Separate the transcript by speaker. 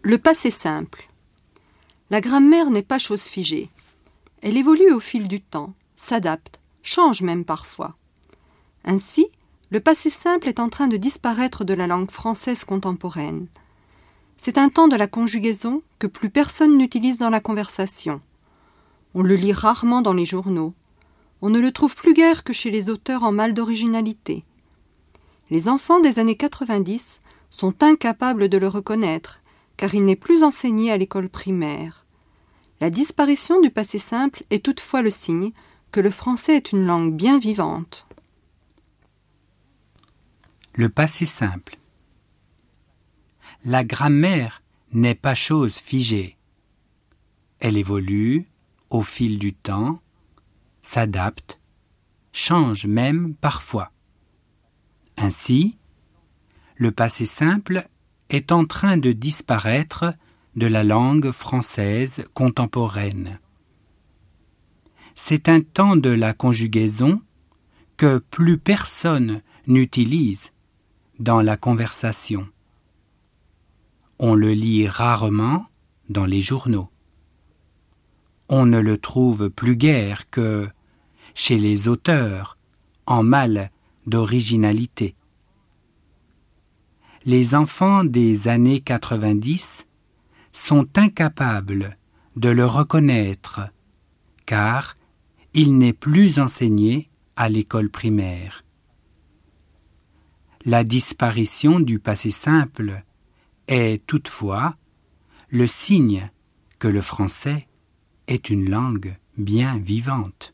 Speaker 1: Le passé simple. La grammaire n'est pas chose figée. Elle évolue au fil du temps, s'adapte, change même parfois. Ainsi, le passé simple est en train de disparaître de la langue française contemporaine. C'est un temps de la conjugaison que plus personne n'utilise dans la conversation. On le lit rarement dans les journaux. On ne le trouve plus guère que chez les auteurs en mal d'originalité. Les enfants des années 90 sont incapables de le reconnaître, car il n'est plus enseigné à l'école primaire. La disparition du passé simple est toutefois le signe que le français est une langue bien vivante.
Speaker 2: Le passé simple. La grammaire n'est pas chose figée. Elle évolue au fil du temps, s'adapte, change même parfois. Ainsi, le passé simple est en train de disparaître de la langue française contemporaine. C'est un temps de la conjugaison que plus personne n'utilise dans la conversation. On le lit rarement dans les journaux. On ne le trouve plus guère que chez les auteurs en mal d'originalité. Les enfants des années 90 sont incapables de le reconnaître, car il n'est plus enseigné à l'école primaire. La disparition du passé simple est toutefois le signe que le français est une langue bien vivante.